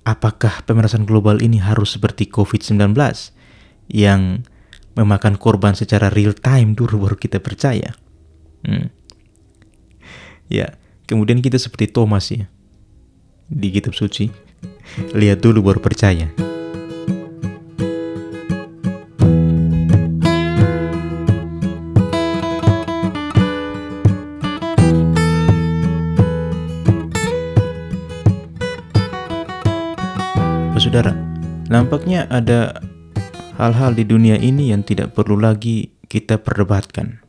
apakah pemanasan global ini harus seperti COVID-19 yang memakan korban secara real time dulu baru kita percaya? Ya, kemudian kita seperti Thomas ya di kitab suci, lihat dulu baru percaya. Saudara, nampaknya ada hal-hal di dunia ini yang tidak perlu lagi kita perdebatkan.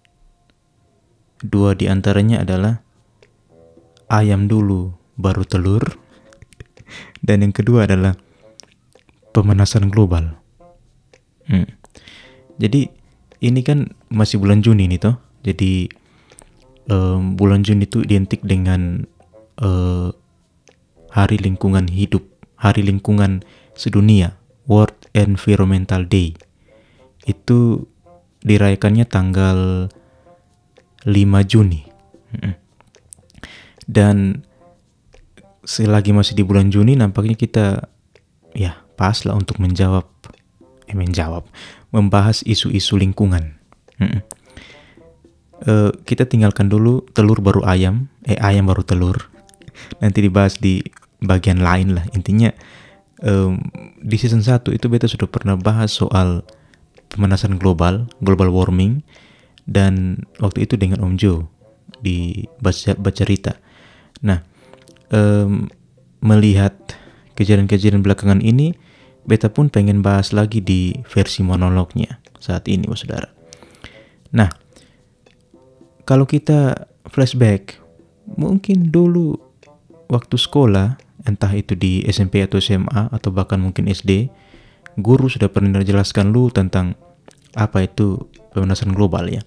Dua di antaranya adalah ayam dulu baru telur, dan yang kedua adalah pemanasan global. Jadi ini kan masih bulan Juni nih toh. Jadi bulan Juni itu identik dengan Hari Lingkungan Hidup, Hari Lingkungan Sedunia, World Environmental Day. Itu dirayakannya tanggal 5 Juni. Dan selagi masih di bulan Juni, nampaknya kita ya pas lah untuk membahas isu-isu lingkungan. Kita tinggalkan dulu telur baru ayam, ayam baru telur. Nanti dibahas di bagian lain lah. Intinya di season 1 itu beta sudah pernah bahas soal pemanasan global warming, dan waktu itu dengan Om Jo di baca cerita. Nah, melihat kejadian-kejadian belakangan ini, beta pun pengen bahas lagi di versi monolognya saat ini, saudara. Nah, kalau kita flashback, mungkin dulu waktu sekolah, entah itu di SMP atau SMA atau bahkan mungkin SD, guru sudah pernah jelaskan lu tentang apa itu pemanasan global ya.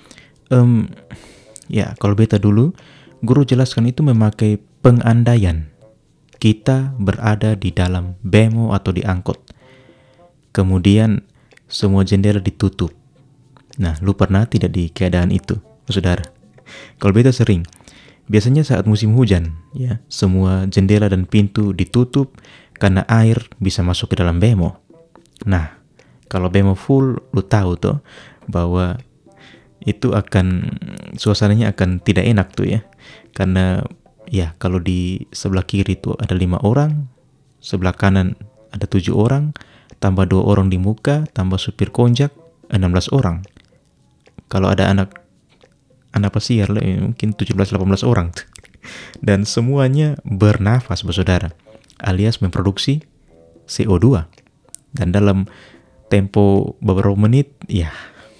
Ya, kalau beta dulu, guru jelaskan itu memakai pengandaian kita berada di dalam bemo atau di angkot. Kemudian semua jendela ditutup. Nah, lu pernah tidak di keadaan itu, saudara? Kalau beta sering. Biasanya saat musim hujan, ya, semua jendela dan pintu ditutup karena air bisa masuk ke dalam bemo. Nah, kalau bemo full, lu tahu tuh bahwa itu suasananya akan tidak enak tuh ya. Karena ya kalau di sebelah kiri tuh ada 5 orang, sebelah kanan ada 7 orang, tambah 2 orang di muka, tambah supir konjak, 16 orang. Kalau ada anak pasiar mungkin 17-18 orang. Dan semuanya bernafas, saudara, alias memproduksi CO2. Dan dalam tempo beberapa menit, ya,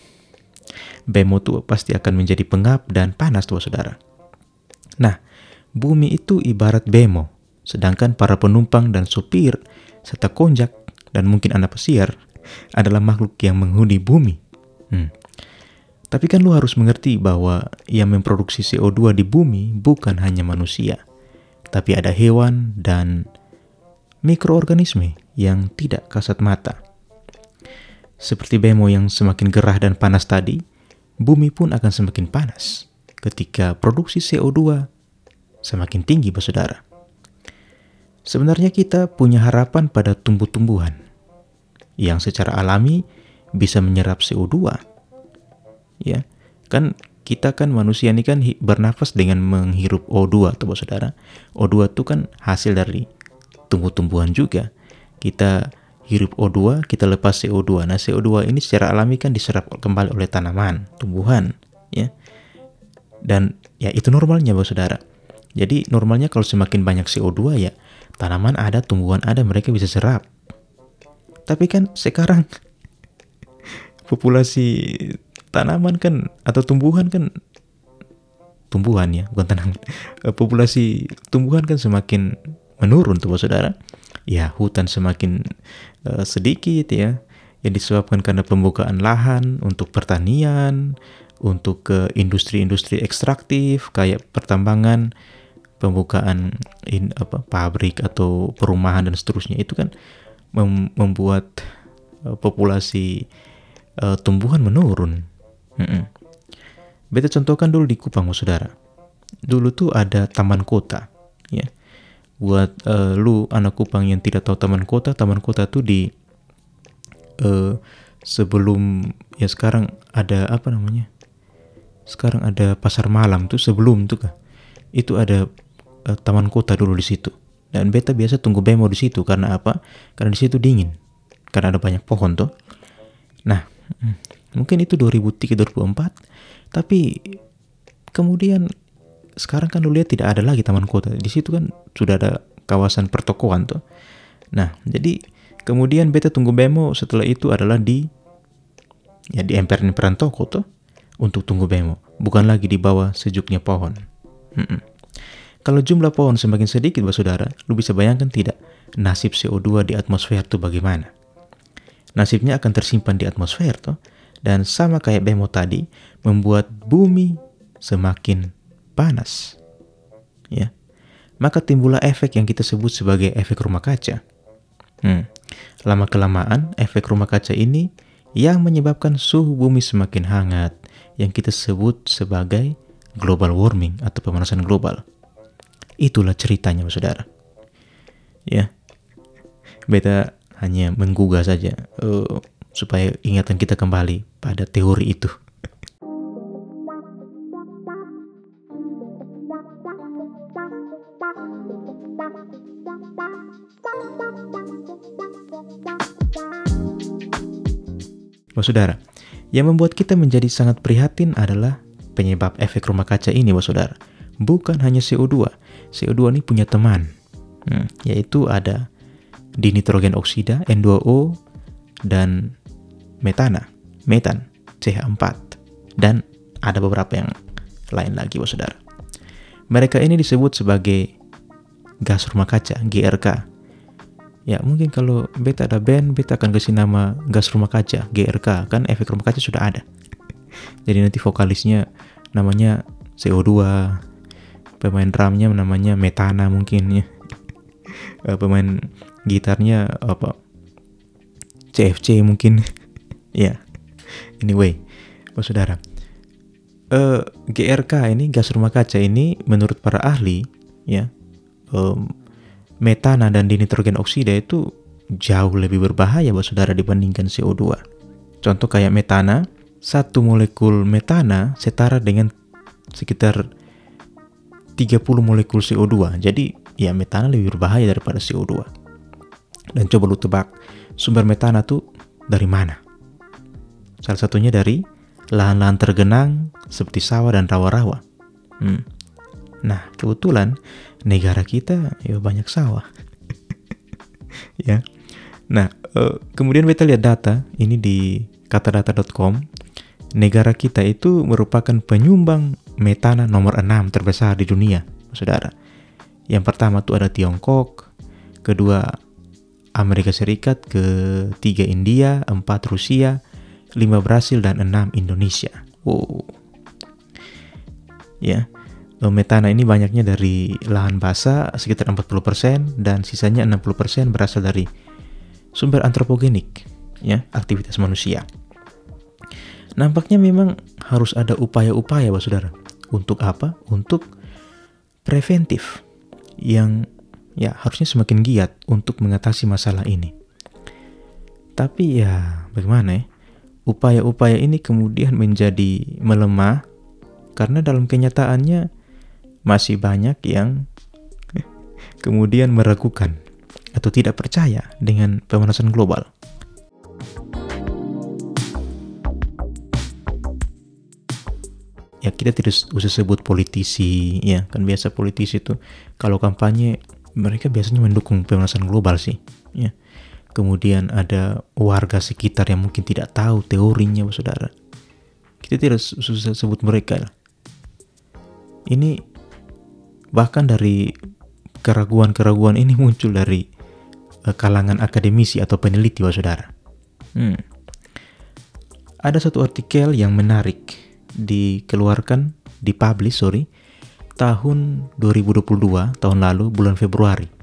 bemo tuh pasti akan menjadi pengap dan panas tuh, saudara. Nah, bumi itu ibarat bemo, sedangkan para penumpang dan supir serta konjak dan mungkin anak pasiar adalah makhluk yang menghuni bumi. Tapi kan lu harus mengerti bahwa yang memproduksi CO2 di bumi bukan hanya manusia, tapi ada hewan dan mikroorganisme yang tidak kasat mata. Seperti bemo yang semakin gerah dan panas tadi, bumi pun akan semakin panas ketika produksi CO2 semakin tinggi, saudara. Sebenarnya kita punya harapan pada tumbuh-tumbuhan yang secara alami bisa menyerap CO2. Ya, kan kita kan manusia ini kan bernafas dengan menghirup O2 tuh, saudara. O2 itu kan hasil dari tumbuh-tumbuhan juga. Kita hirup O2, kita lepas CO2. Nah, CO2 ini secara alami kan diserap kembali oleh tanaman, tumbuhan, ya. Dan ya itu normalnya, saudara. Jadi normalnya kalau semakin banyak CO2 ya tanaman ada, tumbuhan ada, mereka bisa serap. Tapi kan sekarang populasi tanaman kan atau tumbuhan kan ya, bukan tanaman. Populasi tumbuhan kan semakin menurun tuh, saudara. Ya, hutan semakin sedikit ya, yang disebabkan karena pembukaan lahan untuk pertanian, untuk ke industri-industri ekstraktif kayak pertambangan, pembukaan pabrik atau perumahan dan seterusnya. Itu kan membuat populasi tumbuhan menurun. Beta contohkan dulu di Kupang, saudara. Dulu tuh ada taman kota, ya. Buat lu anak Kupang yang tidak tahu Taman Kota tuh di sebelum ya sekarang ada apa namanya? Sekarang ada pasar malam tuh, sebelum tuh kah? Itu ada Taman Kota dulu di situ. Dan beta biasa tunggu bemo di situ karena apa? Karena di situ dingin. Karena ada banyak pohon tuh. Nah, mungkin itu 2003 2004, tapi kemudian sekarang kan lu lihat tidak ada lagi Taman Kota. Di situ kan sudah ada kawasan pertokoan tuh. Nah, jadi kemudian beta tunggu bemo setelah itu adalah di emperan toko tuh untuk tunggu bemo, bukan lagi di bawah sejuknya pohon. Kalau jumlah pohon semakin sedikit, saudara, lu bisa bayangkan tidak nasib CO2 di atmosfer tuh bagaimana? Nasibnya akan tersimpan di atmosfer tuh, dan sama kayak bemo tadi, membuat bumi semakin panas. Ya. Maka timbullah efek yang kita sebut sebagai efek rumah kaca. Lama-kelamaan, efek rumah kaca ini yang menyebabkan suhu bumi semakin hangat, yang kita sebut sebagai global warming atau pemanasan global. Itulah ceritanya, saudara. Ya, beta hanya menggugah saja supaya ingatan kita kembali pada teori itu. Saudara, yang membuat kita menjadi sangat prihatin adalah penyebab efek rumah kaca ini, saudara. Bukan hanya CO2. CO2 ini punya teman, yaitu ada dinitrogen oksida, N2O, dan metan, CH4, dan ada beberapa yang lain lagi, saudara. Mereka ini disebut sebagai gas rumah kaca, GRK. Ya, mungkin kalau beta ada band, beta akan kasih nama gas rumah kaca, GRK, kan efek rumah kaca sudah ada. Jadi nanti vokalisnya namanya CO2, pemain drumnya namanya metana mungkin ya. Pemain gitarnya apa? CFC mungkin. Ya. Anyway, saudara. GRK ini, gas rumah kaca ini menurut para ahli ya, metana dan dinitrogen oksida itu jauh lebih berbahaya saudara dibandingkan CO2. Contoh kayak metana, satu molekul metana setara dengan sekitar 30 molekul CO2. Jadi ya metana lebih berbahaya daripada CO2. Dan coba lu tebak, sumber metana tuh dari mana? Salah satunya dari lahan-lahan tergenang seperti sawah dan rawa-rawa. Nah, kebetulan negara kita ya banyak sawah. Ya. Nah, kemudian kita lihat data ini di katadata.com. Negara kita itu merupakan penyumbang metana nomor 6 terbesar di dunia, saudara. Yang pertama tuh ada Tiongkok, kedua Amerika Serikat, ketiga India, 4 Rusia, 5 Brasil, dan 6 Indonesia. Wow. Ya. Metana ini banyaknya dari lahan basah sekitar 40% dan sisanya 60% berasal dari sumber antropogenik, ya, aktivitas manusia. Nampaknya memang harus ada upaya-upaya, saudara. Untuk apa? Untuk preventif yang ya harusnya semakin giat untuk mengatasi masalah ini. Tapi ya bagaimana ya? Upaya-upaya ini kemudian menjadi melemah karena dalam kenyataannya masih banyak yang kemudian meragukan atau tidak percaya dengan pemanasan global. Ya, kita tidak usah sebut politisi, ya kan biasa politisi itu kalau kampanye mereka biasanya mendukung pemanasan global sih, ya. Kemudian ada warga sekitar yang mungkin tidak tahu teorinya, saudara. Kita tidak usah sebut mereka. Ini bahkan dari keraguan-keraguan ini muncul dari kalangan akademisi atau peneliti, saudara. Ada satu artikel yang menarik dipublish tahun 2022, tahun lalu, bulan Februari.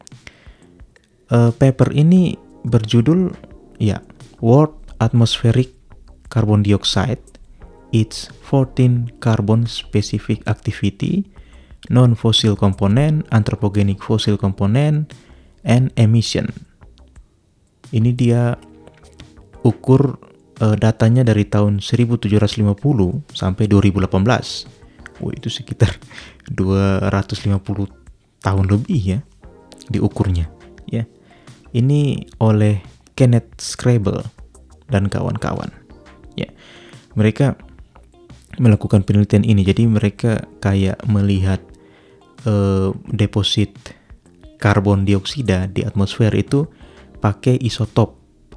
Paper ini berjudul World Atmospheric Carbon Dioxide, Its 14 Carbon Specific Activity non-fossil component, anthropogenic fossil component, and emission. Ini dia ukur datanya dari tahun 1750 sampai 2018. Wah, itu sekitar 250 tahun lebih ya diukurnya ya. Ini oleh Kenneth Scrabble dan kawan-kawan ya. Mereka melakukan penelitian ini, jadi mereka kayak melihat deposit karbon dioksida di atmosfer itu pakai isotop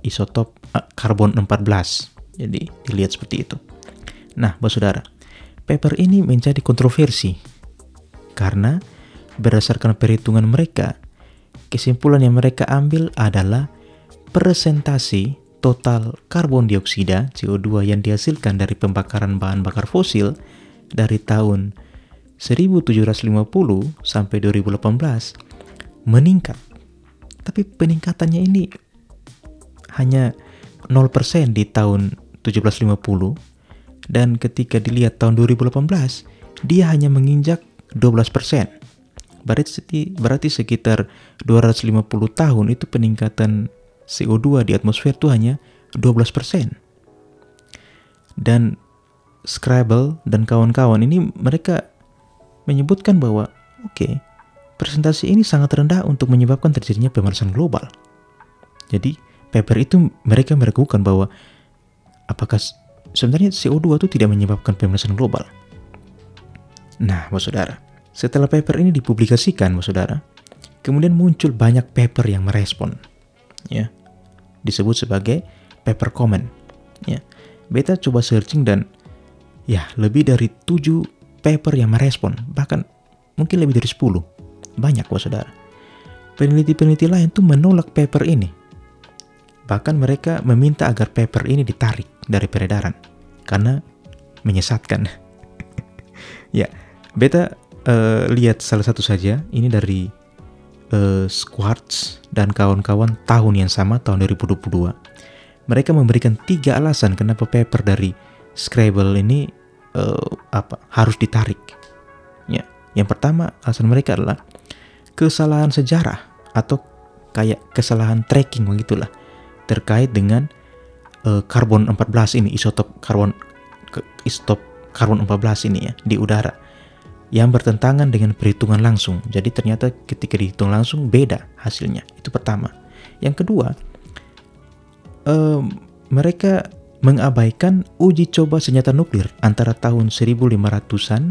karbon 14. Jadi dilihat seperti itu. Nah, saudara, paper ini menjadi kontroversi karena berdasarkan perhitungan mereka, kesimpulan yang mereka ambil adalah presentasi total karbon dioksida CO2 yang dihasilkan dari pembakaran bahan bakar fosil dari tahun 1750 sampai 2018 meningkat. Tapi peningkatannya ini hanya 0% di tahun 1750, dan ketika dilihat tahun 2018 dia hanya menginjak 12%. Berarti sekitar 250 tahun itu peningkatan CO2 di atmosfer itu hanya 12%. Dan Scrabble dan kawan-kawan ini mereka menyebutkan bahwa presentasi ini sangat rendah untuk menyebabkan terjadinya pemanasan global. Jadi paper itu mereka meragukan bahwa apakah sebenarnya CO2 itu tidak menyebabkan pemanasan global. Nah, saudara, setelah paper ini dipublikasikan, saudara, kemudian muncul banyak paper yang merespon, ya, disebut sebagai paper comment, ya. Beta coba searching dan ya lebih dari 7 paper yang merespon, bahkan mungkin lebih dari 10, banyak, saudara. Peneliti-peneliti lain tuh menolak paper ini. Bahkan mereka meminta agar paper ini ditarik dari peredaran karena menyesatkan. Ya, beta lihat salah satu saja, ini dari Schwartz dan kawan-kawan tahun yang sama, tahun 2022. Mereka memberikan 3 alasan kenapa paper dari Scrabble ini harus ditarik. Ya, yang pertama alasan mereka adalah kesalahan sejarah atau kayak kesalahan tracking begitulah terkait dengan karbon 14 ini, isotop karbon 14 ini ya di udara yang bertentangan dengan perhitungan langsung. Jadi ternyata ketika dihitung langsung beda hasilnya. Itu pertama. Yang kedua, mereka mengabaikan uji coba senjata nuklir antara tahun 1950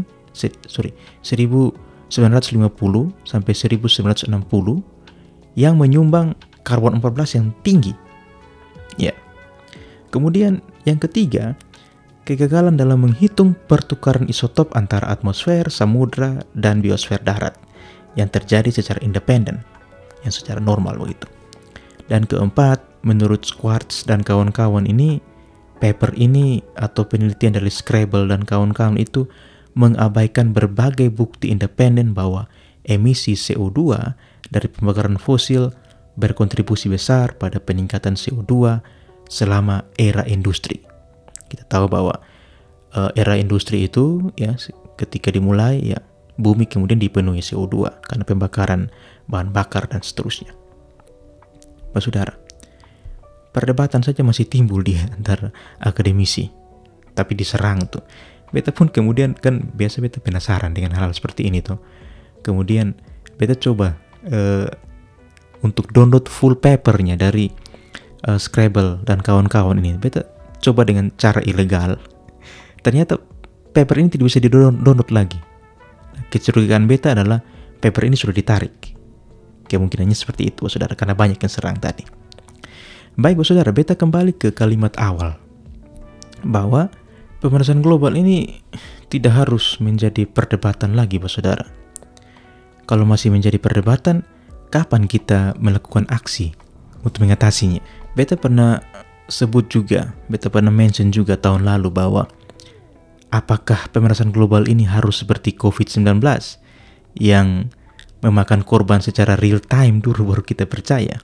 sampai 1960 yang menyumbang karbon 14 yang tinggi. Ya. Kemudian yang ketiga, kegagalan dalam menghitung pertukaran isotop antara atmosfer, samudra, dan biosfer darat yang terjadi secara independen, yang secara normal begitu. Dan keempat, menurut Schwartz dan kawan-kawan ini, paper ini atau penelitian dari Scrabble dan kawan-kawan itu mengabaikan berbagai bukti independen bahwa emisi CO2 dari pembakaran fosil berkontribusi besar pada peningkatan CO2 selama era industri. Kita tahu bahwa era industri itu ya ketika dimulai ya bumi kemudian dipenuhi CO2 karena pembakaran bahan bakar dan seterusnya. Saudara, perdebatan saja masih timbul di antara akademisi, tapi diserang tuh. Beta pun kemudian kan biasa beta penasaran dengan hal seperti ini tuh. Kemudian beta coba untuk download full papernya dari Scrabble dan kawan-kawan ini. Beta coba dengan cara ilegal. Ternyata paper ini tidak bisa di-download lagi. Kecurigaan beta adalah paper ini sudah ditarik. Kemungkinannya seperti itu, saudara, karena banyak yang serang tadi. Baik, saudara, beta kembali ke kalimat awal bahwa pemanasan global ini tidak harus menjadi perdebatan lagi, saudara. Kalau masih menjadi perdebatan, kapan kita melakukan aksi untuk mengatasinya? Beta pernah sebut juga, beta pernah mention juga tahun lalu bahwa apakah pemanasan global ini harus seperti COVID-19 yang memakan korban secara real time dulu baru kita percaya.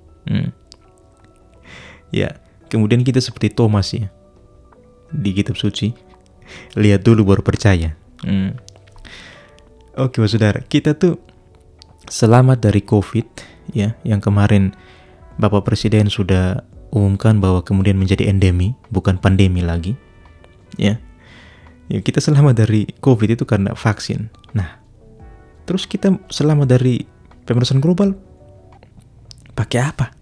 Ya, kemudian kita seperti Thomas ya di kitab suci, lihat dulu baru percaya. Oke, saudara, kita tuh selamat dari COVID ya, yang kemarin Bapak Presiden sudah umumkan bahwa kemudian menjadi endemi, bukan pandemi lagi. Ya. Ya, kita selamat dari COVID itu karena vaksin. Nah, terus kita selamat dari pemanasan global pakai apa?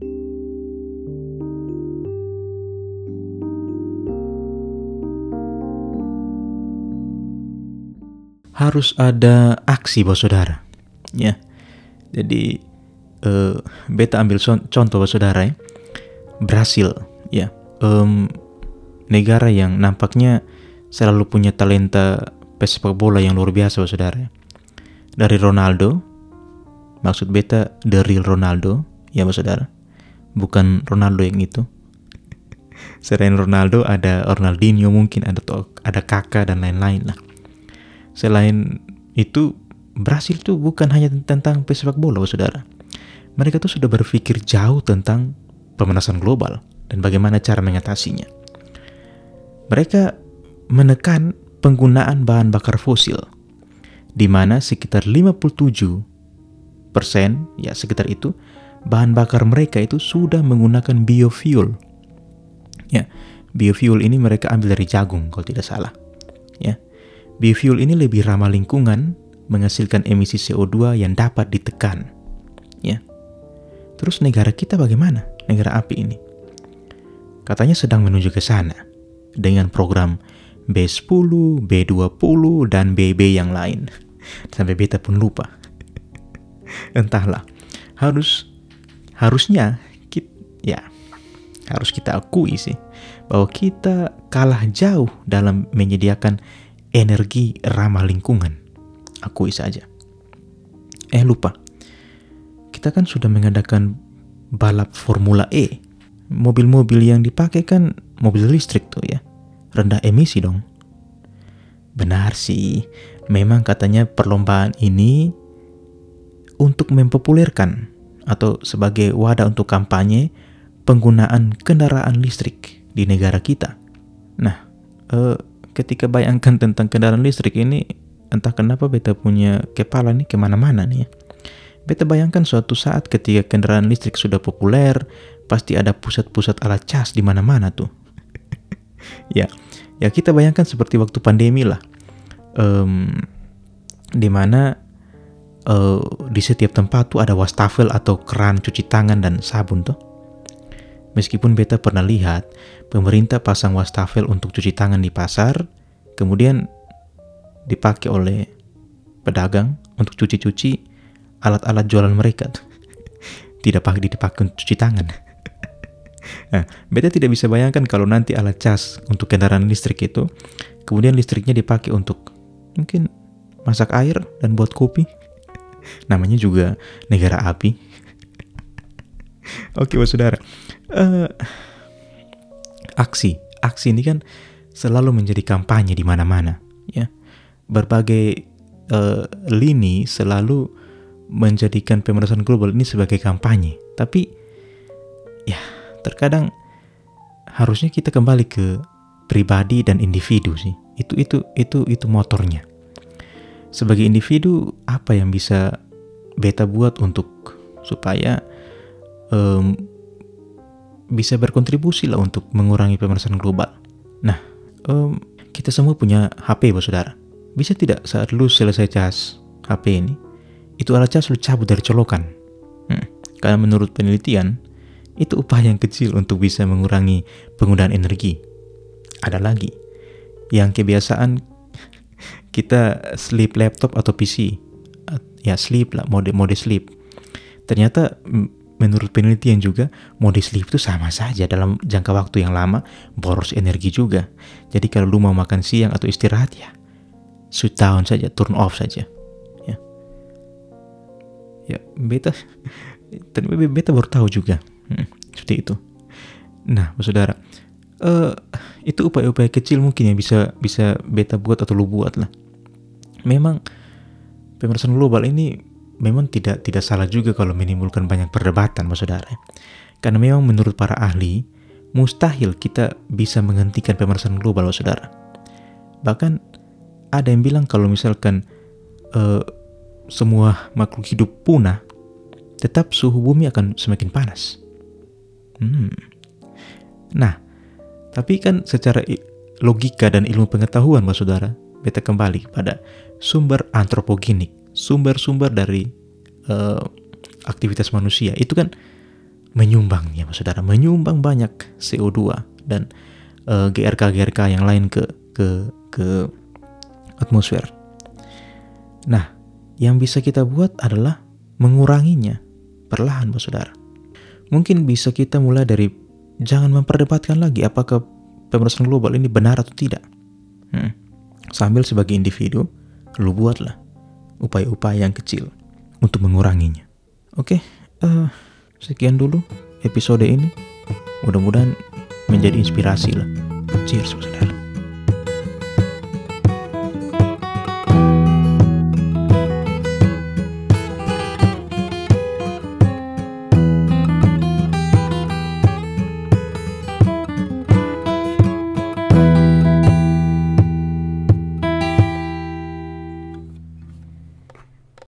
Harus ada aksi, bos saudara. Ya, jadi beta ambil contoh, bos saudara ya. Brasil, ya, negara yang nampaknya selalu punya talenta pesepak bola yang luar biasa, bos saudara. Dari Ronaldo, maksud beta the real Ronaldo, ya bos saudara, bukan Ronaldo yang itu. Selain Ronaldo ada Ronaldinho, mungkin ada Kakak dan lain-lain lah. Selain itu, Brasil tuh bukan hanya tentang pesepak bola, saudara. Mereka tuh sudah berpikir jauh tentang pemanasan global dan bagaimana cara mengatasinya. Mereka menekan penggunaan bahan bakar fosil, di mana sekitar 57%, ya sekitar itu, bahan bakar mereka itu sudah menggunakan biofuel. Ya, biofuel ini mereka ambil dari jagung kalau tidak salah. Ya. Biofuel ini lebih ramah lingkungan, menghasilkan emisi CO2 yang dapat ditekan. Ya. Terus negara kita bagaimana? Negara api ini. Katanya sedang menuju ke sana dengan program B10, B20 dan BB yang lain. Sampai beta pun lupa. Entahlah. Harusnya harus kita akui sih bahwa kita kalah jauh dalam menyediakan energi ramah lingkungan. Akui saja. Lupa. Kita kan sudah mengadakan balap Formula E. Mobil-mobil yang dipakai kan mobil listrik tuh ya. Rendah emisi dong. Benar sih. Memang katanya perlombaan ini untuk mempopulerkan atau sebagai wadah untuk kampanye penggunaan kendaraan listrik di negara kita. Nah, ketika bayangkan tentang kendaraan listrik ini, entah kenapa beta punya kepala nih kemana-mana nih ya. Beta bayangkan suatu saat ketika kendaraan listrik sudah populer, pasti ada pusat-pusat alat cas di mana-mana tuh. ya kita bayangkan seperti waktu pandemi lah, di mana di setiap tempat tuh ada wastafel atau keran cuci tangan dan sabun tuh. Meskipun beta pernah lihat pemerintah pasang wastafel untuk cuci tangan di pasar, kemudian dipakai oleh pedagang untuk cuci-cuci alat-alat jualan mereka. Tidak dipakai untuk cuci tangan. Nah, beta tidak bisa bayangkan kalau nanti alat cas untuk kendaraan listrik itu, kemudian listriknya dipakai untuk mungkin masak air dan buat kopi. Namanya juga negara api. Oke, saudara. Aksi ini kan selalu menjadi kampanye di mana-mana, ya. Berbagai lini selalu menjadikan pemanasan global ini sebagai kampanye. Tapi ya, terkadang harusnya kita kembali ke pribadi dan individu sih. Itu motornya. Sebagai individu, apa yang bisa beta buat untuk supaya bisa berkontribusi lah untuk mengurangi pemanasan global. Nah, kita semua punya HP, saudara. Bisa tidak saat lu selesai cas HP ini, itu alat cas lu cabut dari colokan? Karena menurut penelitian, itu upaya yang kecil untuk bisa mengurangi penggunaan energi. Ada lagi, yang kebiasaan kita sleep laptop atau PC. Ya sleep lah, mode sleep. Ternyata menurut penelitian juga, mode sleep itu sama saja dalam jangka waktu yang lama, boros energi juga. Jadi kalau lu mau makan siang atau istirahat ya, shut down saja, turn off saja. Ya, beta baru tahu juga. Seperti itu. Nah, saudara, itu upaya-upaya kecil mungkin yang bisa beta buat atau lu buat lah. Memang pemanasan global ini memang tidak salah juga kalau menimbulkan banyak perdebatan, saudara. Karena memang menurut para ahli, mustahil kita bisa menghentikan pemanasan global, saudara. Bahkan ada yang bilang kalau misalkan semua makhluk hidup punah, tetap suhu bumi akan semakin panas. Nah, tapi kan secara logika dan ilmu pengetahuan, Mas Saudara, beta kembali pada sumber antropogenik, sumber-sumber dari aktivitas manusia itu kan menyumbang ya, Mas Saudara, menyumbang banyak CO2 dan GRK yang lain ke atmosfer. Nah, yang bisa kita buat adalah menguranginya perlahan, Mas Saudara. Mungkin bisa kita mulai dari jangan memperdebatkan lagi apakah pemanasan global ini benar atau tidak. Sambil sebagai individu, lu buatlah upaya-upaya yang kecil untuk menguranginya. Oke, sekian dulu episode ini. Mudah-mudahan menjadi inspirasi lah. Cheers, Saudara.